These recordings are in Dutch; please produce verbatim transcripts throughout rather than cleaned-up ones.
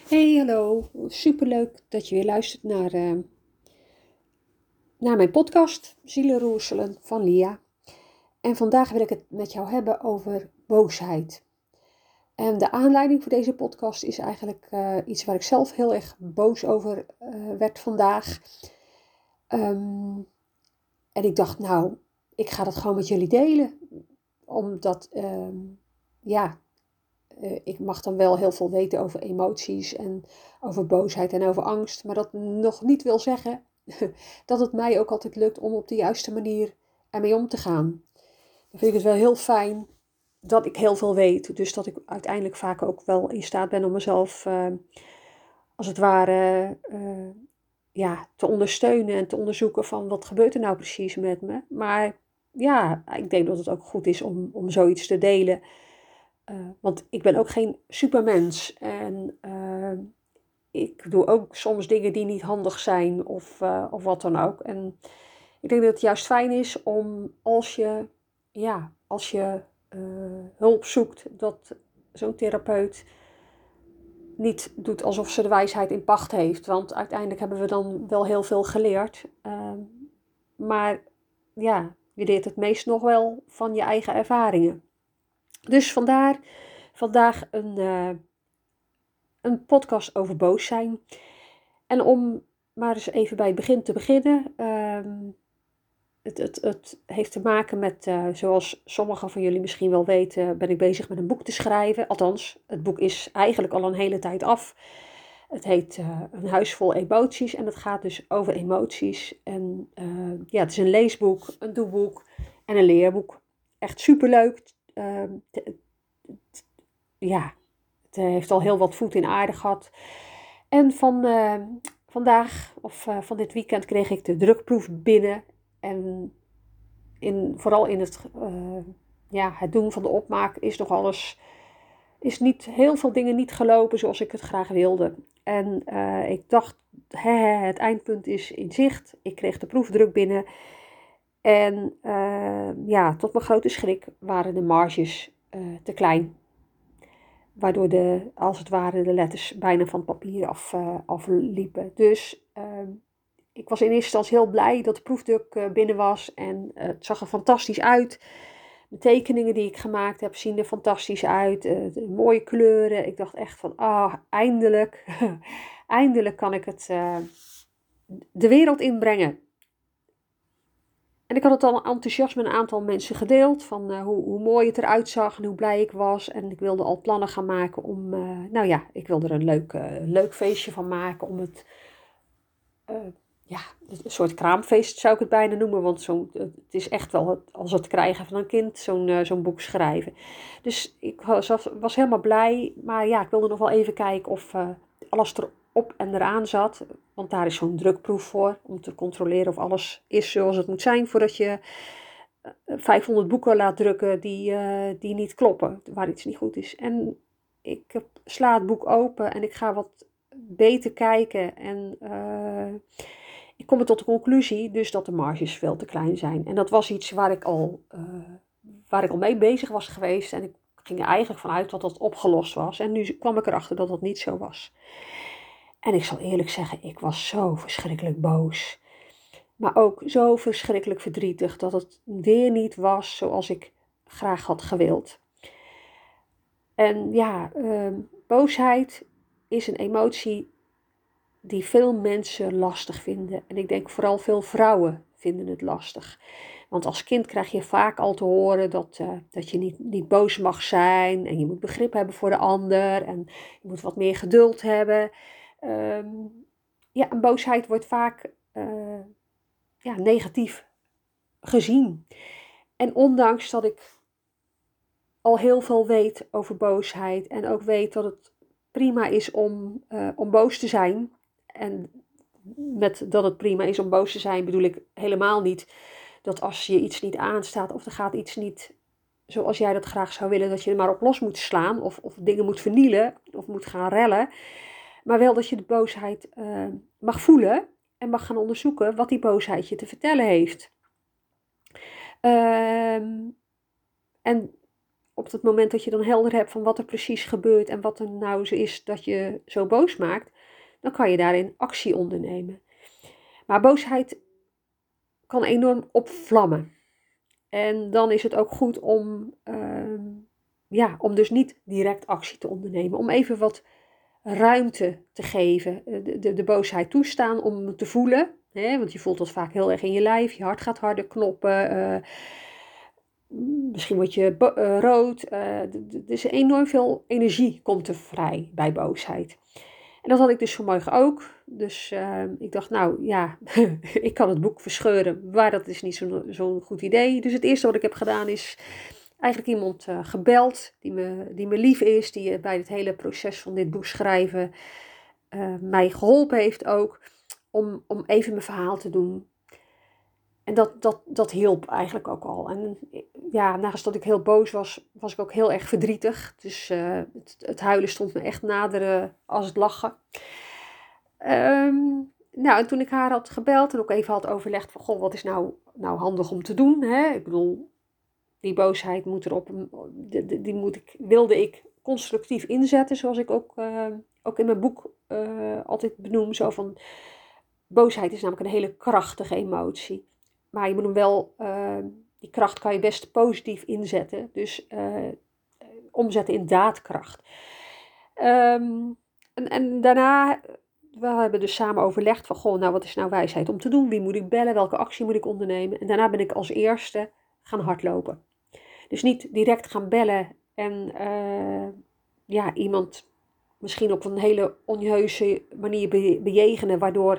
Hey, hallo. Superleuk dat je weer luistert naar, eh, naar mijn podcast, Zielenroerselen van Lia. En vandaag wil ik het met jou hebben over boosheid. En de aanleiding voor deze podcast is eigenlijk eh, iets waar ik zelf heel erg boos over eh, werd vandaag. Ehm, en ik dacht, nou, ik ga dat gewoon met jullie delen. Omdat, ehm, ja, eh, ik mag dan wel heel veel weten over emoties en over boosheid en over angst. Maar dat nog niet wil zeggen dat het mij ook altijd lukt om op de juiste manier ermee om te gaan. Dan vind ik het wel heel fijn dat ik heel veel weet. Dus dat ik uiteindelijk vaak ook wel in staat ben om mezelf, eh, als het ware, eh, ja, te ondersteunen en te onderzoeken van wat gebeurt er nou precies met me. Maar ja, ik denk dat het ook goed is om, om zoiets te delen. Uh, want ik ben ook geen supermens. En uh, ik doe ook soms dingen die niet handig zijn of, uh, of wat dan ook. En ik denk dat het juist fijn is om als je, ja, als je uh, hulp zoekt, dat zo'n therapeut niet doet alsof ze de wijsheid in pacht heeft. Want uiteindelijk hebben we dan wel heel veel geleerd. Uh, maar ja, je leert het meest nog wel van je eigen ervaringen. Dus vandaar vandaag een, uh, een podcast over boos zijn. En om maar eens even bij het begin te beginnen. Um, het, het, het heeft te maken met, uh, zoals sommigen van jullie misschien wel weten, ben ik bezig met een boek te schrijven. Althans, het boek is eigenlijk al een hele tijd af. Het heet uh, Een huis vol emoties en het gaat dus over emoties. En uh, ja, het is een leesboek, een doeboek en een leerboek. Echt superleuk. Uh, t- t- ja, het heeft al heel wat voet in aarde gehad. En van uh, vandaag, of uh, van dit weekend, kreeg ik de drukproef binnen. En in, vooral in het, uh, ja, het doen van de opmaak is nog alles, is niet, heel veel dingen niet gelopen zoals ik het graag wilde. En uh, ik dacht, hè, het eindpunt is in zicht. Ik kreeg de proefdruk binnen. En uh, ja, tot mijn grote schrik waren de marges uh, te klein. Waardoor de, als het ware de letters bijna van het papier af, uh, afliepen. Dus uh, ik was in eerste instantie heel blij dat de proefdruk uh, binnen was. En uh, het zag er fantastisch uit. De tekeningen die ik gemaakt heb zien er fantastisch uit. Uh, de mooie kleuren. Ik dacht echt van, ah, eindelijk. eindelijk kan ik het uh, de wereld inbrengen. En ik had het al enthousiast met een aantal mensen gedeeld. Van uh, hoe, hoe mooi het eruit zag en hoe blij ik was. En ik wilde al plannen gaan maken om... Uh, nou ja, ik wilde er een leuk, uh, leuk feestje van maken. Om het... Uh, ja, een soort kraamfeest zou ik het bijna noemen. Want zo, het is echt wel het, als het krijgen van een kind, zo'n, uh, zo'n boek schrijven. Dus ik was, was helemaal blij. Maar ja, ik wilde nog wel even kijken of uh, alles erop en eraan zat. Want daar is zo'n drukproef voor. Om te controleren of alles is zoals het moet zijn. Voordat je vijfhonderd boeken laat drukken die, uh, die niet kloppen. Waar iets niet goed is. En ik sla het boek open en ik ga wat beter kijken. En uh, ik kom er tot de conclusie dus dat de marges veel te klein zijn. En dat was iets waar ik al, uh, waar ik al mee bezig was geweest. En ik ging er eigenlijk vanuit dat dat opgelost was. En nu kwam ik erachter dat dat niet zo was. En ik zal eerlijk zeggen, ik was zo verschrikkelijk boos. Maar ook zo verschrikkelijk verdrietig dat het weer niet was zoals ik graag had gewild. En ja, uh, boosheid is een emotie die veel mensen lastig vinden. En ik denk vooral veel vrouwen vinden het lastig. Want als kind krijg je vaak al te horen dat, uh, dat je niet, niet boos mag zijn. En je moet begrip hebben voor de ander. En je moet wat meer geduld hebben. Um, ja, en boosheid wordt vaak uh, ja, negatief gezien. En ondanks dat ik al heel veel weet over boosheid. En ook weet dat het prima is om, uh, om boos te zijn. En met dat het prima is om boos te zijn bedoel ik helemaal niet dat als je iets niet aanstaat of er gaat iets niet zoals jij dat graag zou willen, dat je er maar op los moet slaan of, of dingen moet vernielen of moet gaan rellen. Maar wel dat je de boosheid uh, mag voelen en mag gaan onderzoeken wat die boosheid je te vertellen heeft. Uh, en op het moment dat je dan helder hebt van wat er precies gebeurt en wat er nou zo is dat je zo boos maakt, dan kan je daarin actie ondernemen. Maar boosheid kan enorm opvlammen. En dan is het ook goed om, uh, ja, om dus niet direct actie te ondernemen. Om even wat ruimte te geven. De, de, de boosheid toestaan om te voelen. Hè? Want je voelt dat vaak heel erg in je lijf. Je hart gaat harder kloppen. Uh, misschien word je bo- uh, rood. Uh, er is enorm veel energie komt er vrij bij boosheid. En dat had ik dus vanmorgen ook. Dus uh, ik dacht, nou ja, ik kan het boek verscheuren, maar dat is niet zo'n zo'n goed idee. Dus het eerste wat ik heb gedaan is eigenlijk iemand uh, gebeld die me, die me lief is, die uh, bij het hele proces van dit boek schrijven uh, mij geholpen heeft ook, om, om even mijn verhaal te doen. En dat, dat, dat hielp eigenlijk ook al. En ja, naast dat ik heel boos was, was ik ook heel erg verdrietig. Dus uh, het, het huilen stond me echt nader uh, als het lachen. Um, nou, en toen ik haar had gebeld en ook even had overlegd van, goh, wat is nou, nou handig om te doen? Hè? Ik bedoel, die boosheid moet erop, die, die moet ik, wilde ik constructief inzetten, zoals ik ook, uh, ook in mijn boek uh, altijd benoem. Zo van, boosheid is namelijk een hele krachtige emotie. Maar je moet hem wel, uh, die kracht kan je best positief inzetten. Dus uh, omzetten in daadkracht. Um, en, en daarna, we hebben dus samen overlegd van, goh, nou wat is nou wijsheid om te doen? Wie moet ik bellen? Welke actie moet ik ondernemen? En daarna ben ik als eerste gaan hardlopen. Dus niet direct gaan bellen en uh, ja, iemand misschien op een hele onheuse manier be- bejegenen, waardoor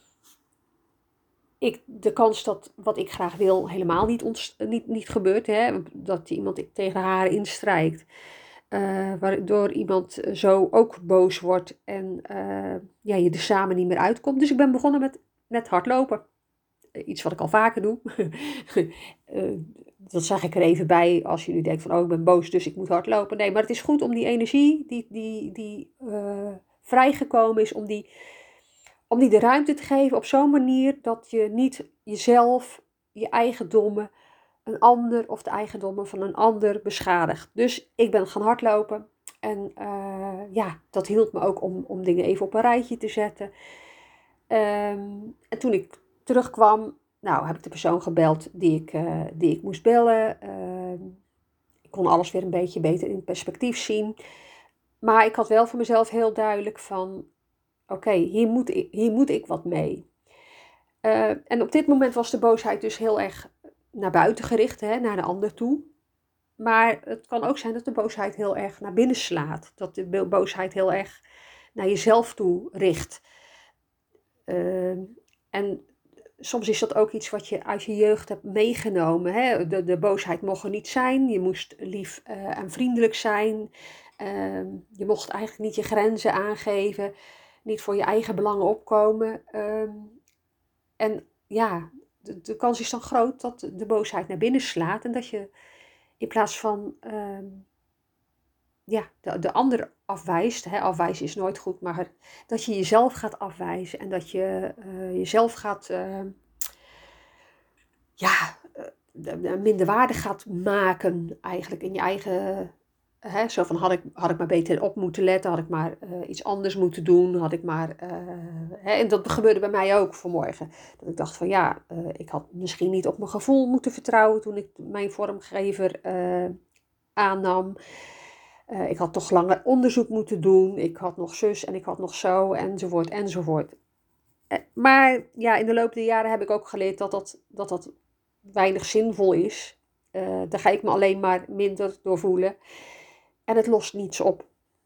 ik de kans dat wat ik graag wil helemaal niet, ontst- niet, niet gebeurt. Hè? Dat iemand tegen haar instrijkt. Uh, waardoor iemand zo ook boos wordt en uh, ja, je er samen niet meer uitkomt. Dus ik ben begonnen met, met hardlopen. Uh, iets wat ik al vaker doe. uh, dat zeg ik er even bij als jullie denken van, oh, ik ben boos, dus ik moet hardlopen. Nee, maar het is goed om die energie die, die, die uh, vrijgekomen is, om die, om die de ruimte te geven op zo'n manier dat je niet jezelf, je eigendommen, een ander of de eigendommen van een ander beschadigt. Dus ik ben gaan hardlopen. En uh, ja, dat hielp me ook om, om dingen even op een rijtje te zetten. Um, en toen ik terugkwam, nou heb ik de persoon gebeld die ik, uh, die ik moest bellen. Uh, ik kon alles weer een beetje beter in perspectief zien. Maar ik had wel voor mezelf heel duidelijk van, oké, okay, hier, moet ik, hier moet ik wat mee. Uh, en op dit moment was de boosheid dus heel erg naar buiten gericht, hè, naar de ander toe. Maar het kan ook zijn dat de boosheid heel erg naar binnen slaat. Dat de boosheid heel erg naar jezelf toe richt. Uh, en soms is dat ook iets wat je uit je jeugd hebt meegenomen. Hè? De, de boosheid mocht er niet zijn. Je moest lief uh, en vriendelijk zijn. Uh, je mocht eigenlijk niet je grenzen aangeven. Niet voor je eigen belangen opkomen. Uh, en ja, de, de kans is dan groot dat de boosheid naar binnen slaat. En dat je in plaats van uh, ja, de, de ander afwijst. Hè? Afwijzen is nooit goed, maar dat je jezelf gaat afwijzen. En dat je uh, jezelf gaat... Uh, ja, minderwaardig gaat maken eigenlijk in je eigen... Hè, zo van, had ik, had ik maar beter op moeten letten, had ik maar uh, iets anders moeten doen, had ik maar... Uh, hè, en dat gebeurde bij mij ook vanmorgen. Dat ik dacht van ja, uh, ik had misschien niet op mijn gevoel moeten vertrouwen toen ik mijn vormgever uh, aannam. Uh, ik had toch langer onderzoek moeten doen, ik had nog zus en ik had nog zo, enzovoort, enzovoort. Uh, maar ja, in de loop der jaren heb ik ook geleerd dat dat... dat, dat weinig zinvol is. Uh, daar ga ik me alleen maar minder door voelen. En het lost niets op.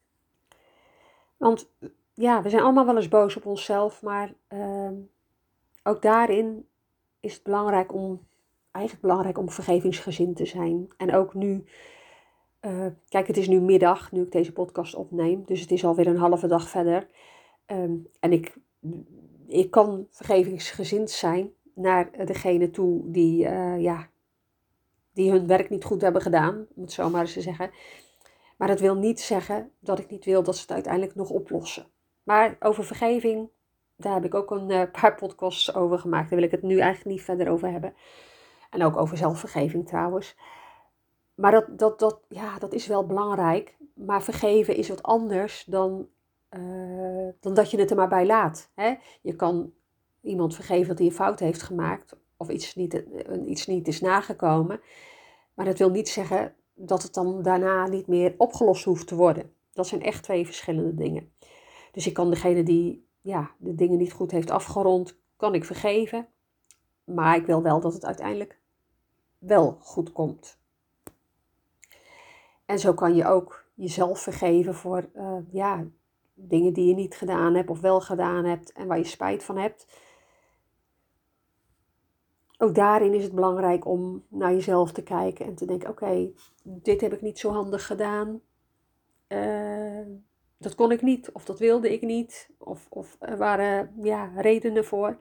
Want ja, we zijn allemaal wel eens boos op onszelf. Maar uh, ook daarin is het belangrijk om, eigenlijk belangrijk om vergevingsgezind te zijn. En ook nu, uh, kijk, het is nu middag, nu ik deze podcast opneem. Dus het is alweer een halve dag verder. Um, en ik, ik kan vergevingsgezind zijn naar degene toe die, uh, ja, die hun werk niet goed hebben gedaan, om het zo maar eens te zeggen. Maar dat wil niet zeggen dat ik niet wil dat ze het uiteindelijk nog oplossen. Maar over vergeving, daar heb ik ook een uh, paar podcasts over gemaakt. Daar wil ik het nu eigenlijk niet verder over hebben. En ook over zelfvergeving trouwens. maar dat, dat, dat, ja, dat is wel belangrijk. Maar vergeven is wat anders dan, uh, dan dat je het er maar bij laat. Hè? Je kan iemand vergeven dat hij een fout heeft gemaakt. Of iets niet, iets niet is nagekomen. Maar dat wil niet zeggen dat het dan daarna niet meer opgelost hoeft te worden. Dat zijn echt twee verschillende dingen. Dus ik kan degene die ja, de dingen niet goed heeft afgerond, kan ik vergeven. Maar ik wil wel dat het uiteindelijk wel goed komt. En zo kan je ook jezelf vergeven voor uh, ja, dingen die je niet gedaan hebt of wel gedaan hebt en waar je spijt van hebt. Ook daarin is het belangrijk om naar jezelf te kijken en te denken, oké, okay, dit heb ik niet zo handig gedaan. Uh, dat kon ik niet of dat wilde ik niet. Of, of er waren ja, redenen voor.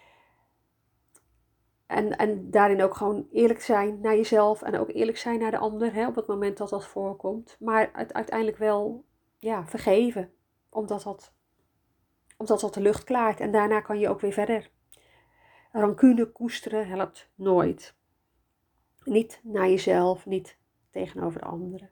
En, en daarin ook gewoon eerlijk zijn naar jezelf en ook eerlijk zijn naar de ander, hè, op het moment dat dat voorkomt. Maar het uiteindelijk wel ja, vergeven, omdat dat, omdat dat de lucht klaart. En daarna kan je ook weer verder. Rancune koesteren helpt nooit. Niet naar jezelf, niet tegenover anderen.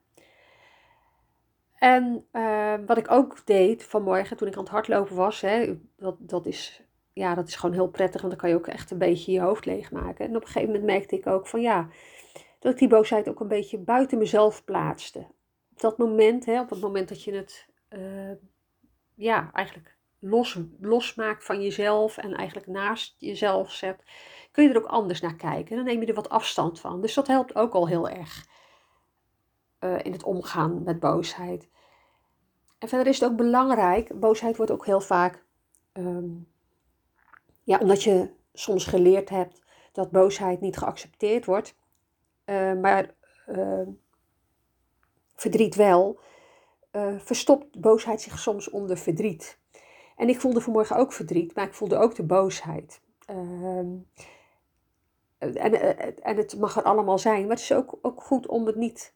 En uh, wat ik ook deed vanmorgen toen ik aan het hardlopen was, hè, dat, dat, is, ja, dat is gewoon heel prettig, want dan kan je ook echt een beetje je hoofd leegmaken. En op een gegeven moment merkte ik ook van ja, dat ik die boosheid ook een beetje buiten mezelf plaatste. Op dat moment, hè, op het moment dat je het uh, ja, eigenlijk los, losmaakt van jezelf en eigenlijk naast jezelf zet, kun je er ook anders naar kijken. Dan neem je er wat afstand van. Dus dat helpt ook al heel erg uh, in het omgaan met boosheid. En verder is het ook belangrijk, boosheid wordt ook heel vaak, um, ja, omdat je soms geleerd hebt dat boosheid niet geaccepteerd wordt, uh, maar uh, verdriet wel, uh, verstopt boosheid zich soms onder verdriet. En ik voelde vanmorgen ook verdriet, maar ik voelde ook de boosheid. Uh, en, en het mag er allemaal zijn, maar het is ook, ook goed om het niet,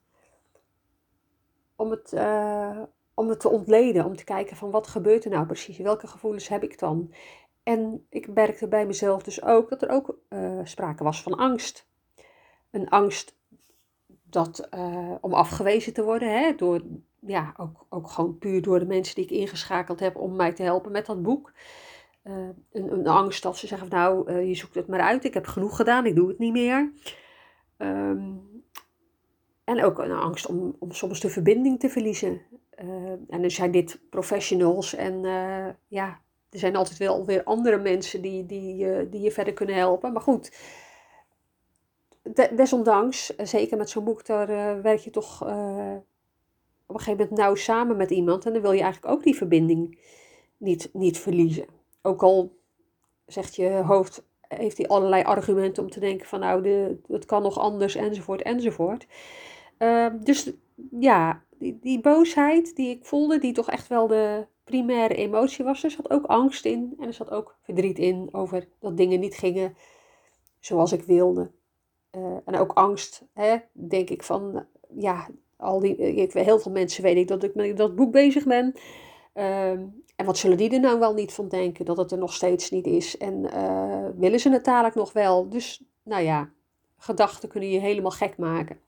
om het... Uh, om het te ontleden, om te kijken van wat gebeurt er nou precies, welke gevoelens heb ik dan. En ik merkte bij mezelf dus ook dat er ook uh, sprake was van angst. Een angst dat, uh, om afgewezen te worden, hè, door, ja, ook, ook gewoon puur door de mensen die ik ingeschakeld heb om mij te helpen met dat boek. Uh, een, een angst dat ze zeggen, nou, uh, je zoekt het maar uit, ik heb genoeg gedaan, ik doe het niet meer. Um, en ook een angst om, om soms de verbinding te verliezen. Uh, en dan zijn dit professionals en uh, ja, er zijn altijd wel weer andere mensen die, die, uh, die je verder kunnen helpen. Maar goed, de, desondanks, zeker met zo'n boek, daar uh, werk je toch uh, op een gegeven moment nauw samen met iemand. En dan wil je eigenlijk ook die verbinding niet, niet verliezen. Ook al zegt je hoofd, heeft hij allerlei argumenten om te denken van nou, de, het kan nog anders, enzovoort, enzovoort. Uh, dus ja, die, die boosheid die ik voelde, die toch echt wel de primaire emotie was. Er zat ook angst in en er zat ook verdriet in over dat dingen niet gingen zoals ik wilde. Uh, en ook angst, hè, denk ik van, ja, al die, ik, heel veel mensen weet ik dat ik met dat boek bezig ben. Uh, en wat zullen die er nou wel niet van denken, dat het er nog steeds niet is. En uh, willen ze het dadelijk nog wel. Dus, nou ja, gedachten kunnen je helemaal gek maken.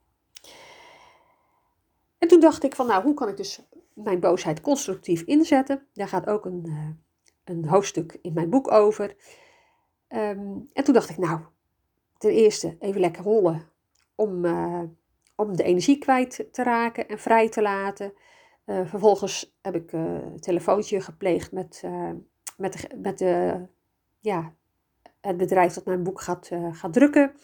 En toen dacht ik van, nou, hoe kan ik dus mijn boosheid constructief inzetten? Daar gaat ook een, uh, een hoofdstuk in mijn boek over. Um, en toen dacht ik, nou, ten eerste even lekker rollen om, uh, om de energie kwijt te raken en vrij te laten. Uh, vervolgens heb ik uh, een telefoontje gepleegd met, uh, met, de, met de, ja, het bedrijf dat mijn boek gaat, uh, gaat drukken.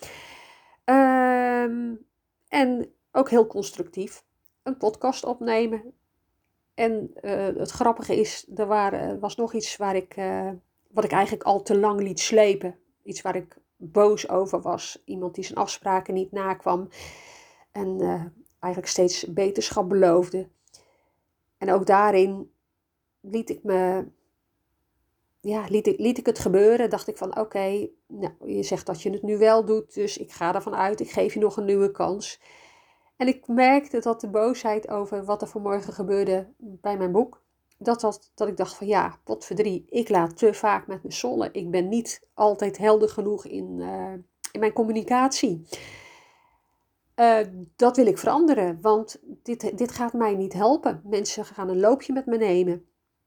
Um, en ook heel constructief een podcast opnemen. En uh, het grappige is, er waren, was nog iets waar ik, uh, wat ik eigenlijk al te lang liet slepen. Iets waar ik boos over was. Iemand die zijn afspraken niet nakwam. En uh, eigenlijk steeds beterschap beloofde. En ook daarin liet ik me, ja, liet ik, liet ik het gebeuren. Dacht ik van oké, okay, nou, je zegt dat je het nu wel doet. Dus ik ga ervan uit, ik geef je nog een nieuwe kans. En ik merkte dat de boosheid over wat er vanmorgen gebeurde bij mijn boek, dat, dat, dat ik dacht van ja, potverdrie, ik laat te vaak met me sollen. Ik ben niet altijd helder genoeg in, uh, in mijn communicatie. Uh, dat wil ik veranderen, want dit, dit gaat mij niet helpen. Mensen gaan een loopje met me nemen.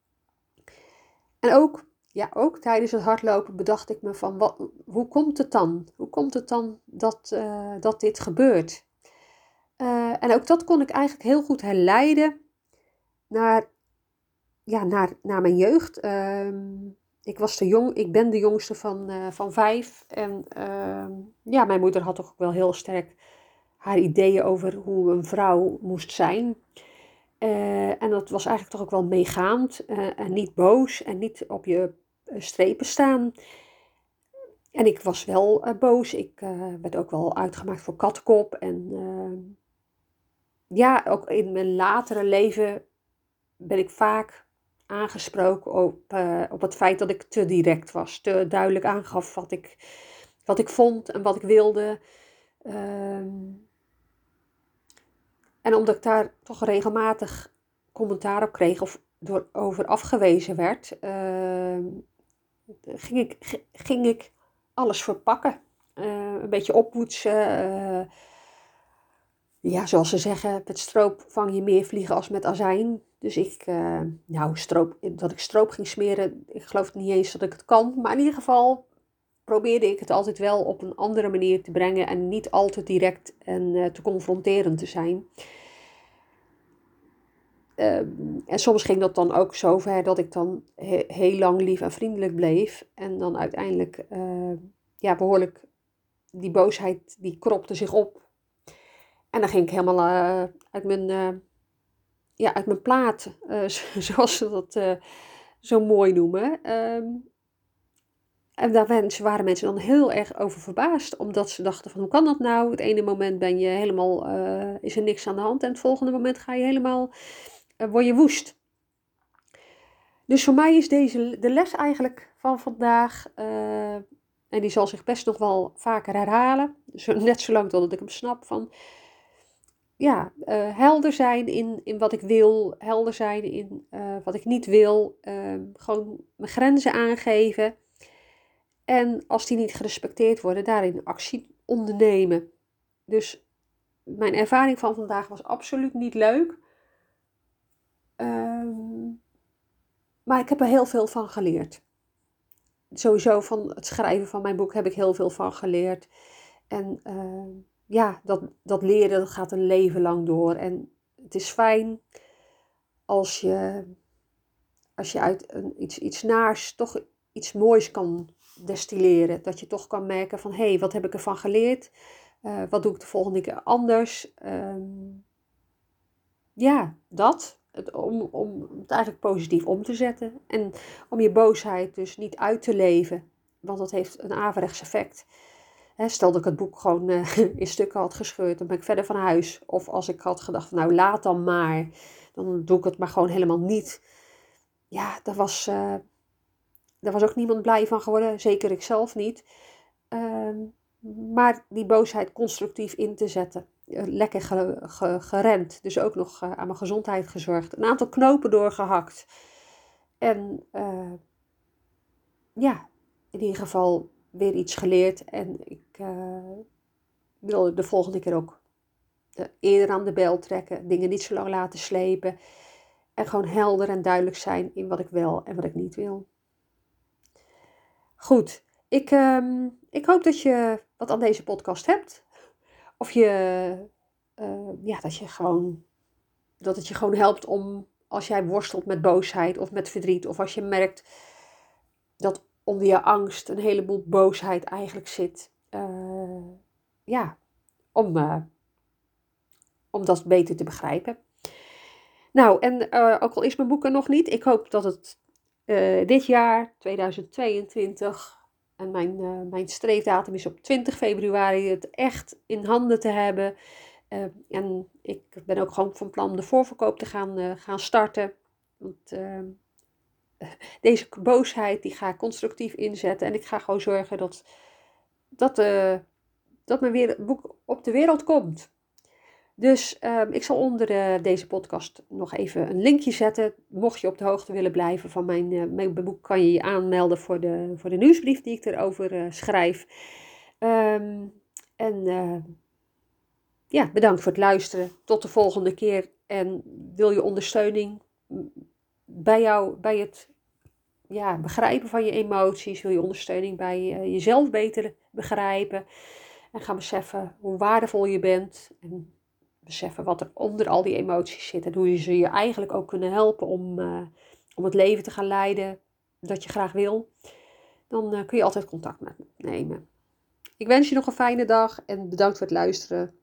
En ook, ja, ook tijdens het hardlopen bedacht ik me van, wat, hoe komt het dan? Hoe komt het dan dat, uh, dat dit gebeurt? Uh, en ook dat kon ik eigenlijk heel goed herleiden naar, ja, naar, naar mijn jeugd. Uh, ik, was de jong, ik ben de jongste van, uh, van vijf. En uh, ja, mijn moeder had toch wel heel sterk haar ideeën over hoe een vrouw moest zijn. Uh, en dat was eigenlijk toch ook wel meegaand. Uh, en niet boos en niet op je strepen staan. En ik was wel uh, boos. Ik uh, werd ook wel uitgemaakt voor katkop. En uh, ja, ook in mijn latere leven ben ik vaak aangesproken op, uh, op het feit dat ik te direct was. Te duidelijk aangaf wat ik, wat ik vond en wat ik wilde. Uh, en omdat ik daar toch regelmatig commentaar op kreeg of door, over afgewezen werd, uh, ging, ik, ging ik alles verpakken. Uh, een beetje oppoetsen. Uh, ja, zoals ze zeggen, met stroop vang je meer vliegen als met azijn. Dus ik, uh, nou, stroop, dat ik stroop ging smeren, ik geloof niet eens dat ik het kan. Maar in ieder geval probeerde ik het altijd wel op een andere manier te brengen en niet al te direct en uh, te confronterend te zijn. Uh, en soms ging dat dan ook zo ver dat ik dan he- heel lang lief en vriendelijk bleef. En dan uiteindelijk, uh, ja, behoorlijk, die boosheid, die kropte zich op. En dan ging ik helemaal uh, uit mijn, uh, ja, uit mijn plaat, uh, zoals ze dat uh, zo mooi noemen. Um, en daar waren mensen dan heel erg over verbaasd, omdat ze dachten van, hoe kan dat nou? Het ene moment ben je helemaal, uh, is er niks aan de hand en het volgende moment ga je helemaal, uh, word je woest. Dus voor mij is deze de les eigenlijk van vandaag, uh, en die zal zich best nog wel vaker herhalen, zo, net zolang totdat ik hem snap, van ja, uh, helder zijn in, in wat ik wil, helder zijn in uh, wat ik niet wil, uh, gewoon mijn grenzen aangeven. En als die niet gerespecteerd worden, daarin actie ondernemen. Dus mijn ervaring van vandaag was absoluut niet leuk. Um, maar ik heb er heel veel van geleerd. Sowieso van het schrijven van mijn boek heb ik heel veel van geleerd. En uh, ja, dat, dat leren dat gaat een leven lang door. En het is fijn als je, als je uit een, iets, iets naars toch iets moois kan destilleren. Dat je toch kan merken van, hé, hey, wat heb ik ervan geleerd? Uh, wat doe ik de volgende keer anders? Um, ja, dat. Het, om, om het eigenlijk positief om te zetten. En om je boosheid dus niet uit te leven. Want dat heeft een averechts effect. He, stel dat ik het boek gewoon uh, in stukken had gescheurd, dan ben ik verder van huis. Of als ik had gedacht, van, nou laat dan maar. Dan doe ik het maar gewoon helemaal niet. Ja, daar was, uh, daar was ook niemand blij van geworden. Zeker ik zelf niet. Uh, maar die boosheid constructief in te zetten. Lekker ge, ge, gerend. Dus ook nog uh, aan mijn gezondheid gezorgd. Een aantal knopen doorgehakt. En uh, ja, in ieder geval weer iets geleerd. En ik uh, wil de volgende keer ook uh, eerder aan de bel trekken. Dingen niet zo lang laten slepen. En gewoon helder en duidelijk zijn in wat ik wil en wat ik niet wil. Goed, ik, um, ik hoop dat je wat aan deze podcast hebt. Of je, uh, ja, dat je gewoon, dat het je gewoon helpt om, als jij worstelt met boosheid of met verdriet. Of als je merkt dat onder je angst een heleboel boosheid eigenlijk zit. Uh, ja, om, uh, om dat beter te begrijpen. Nou, en uh, ook al is mijn boek er nog niet. Ik hoop dat het uh, dit jaar, tweeduizend tweeëntwintig... En mijn, uh, mijn streefdatum is op twintig februari het echt in handen te hebben. Uh, en ik ben ook gewoon van plan de voorverkoop te gaan, uh, gaan starten. Want uh, deze boosheid die ga ik constructief inzetten. En ik ga gewoon zorgen dat, dat, uh, dat mijn weer, boek op de wereld komt. Dus uh, ik zal onder uh, deze podcast nog even een linkje zetten. Mocht je op de hoogte willen blijven van mijn, uh, mijn boek, kan je je aanmelden voor de, voor de nieuwsbrief die ik erover uh, schrijf. Um, en uh, ja, bedankt voor het luisteren. Tot de volgende keer. En wil je ondersteuning bij jou, bij het ja, begrijpen van je emoties? Wil je ondersteuning bij uh, jezelf beter begrijpen? En gaan beseffen hoe waardevol je bent. En beseffen wat er onder al die emoties zit. En hoe je ze je eigenlijk ook kunnen helpen om, uh, om het leven te gaan leiden dat je graag wil. Dan uh, kun je altijd contact met me nemen. Ik wens je nog een fijne dag en bedankt voor het luisteren.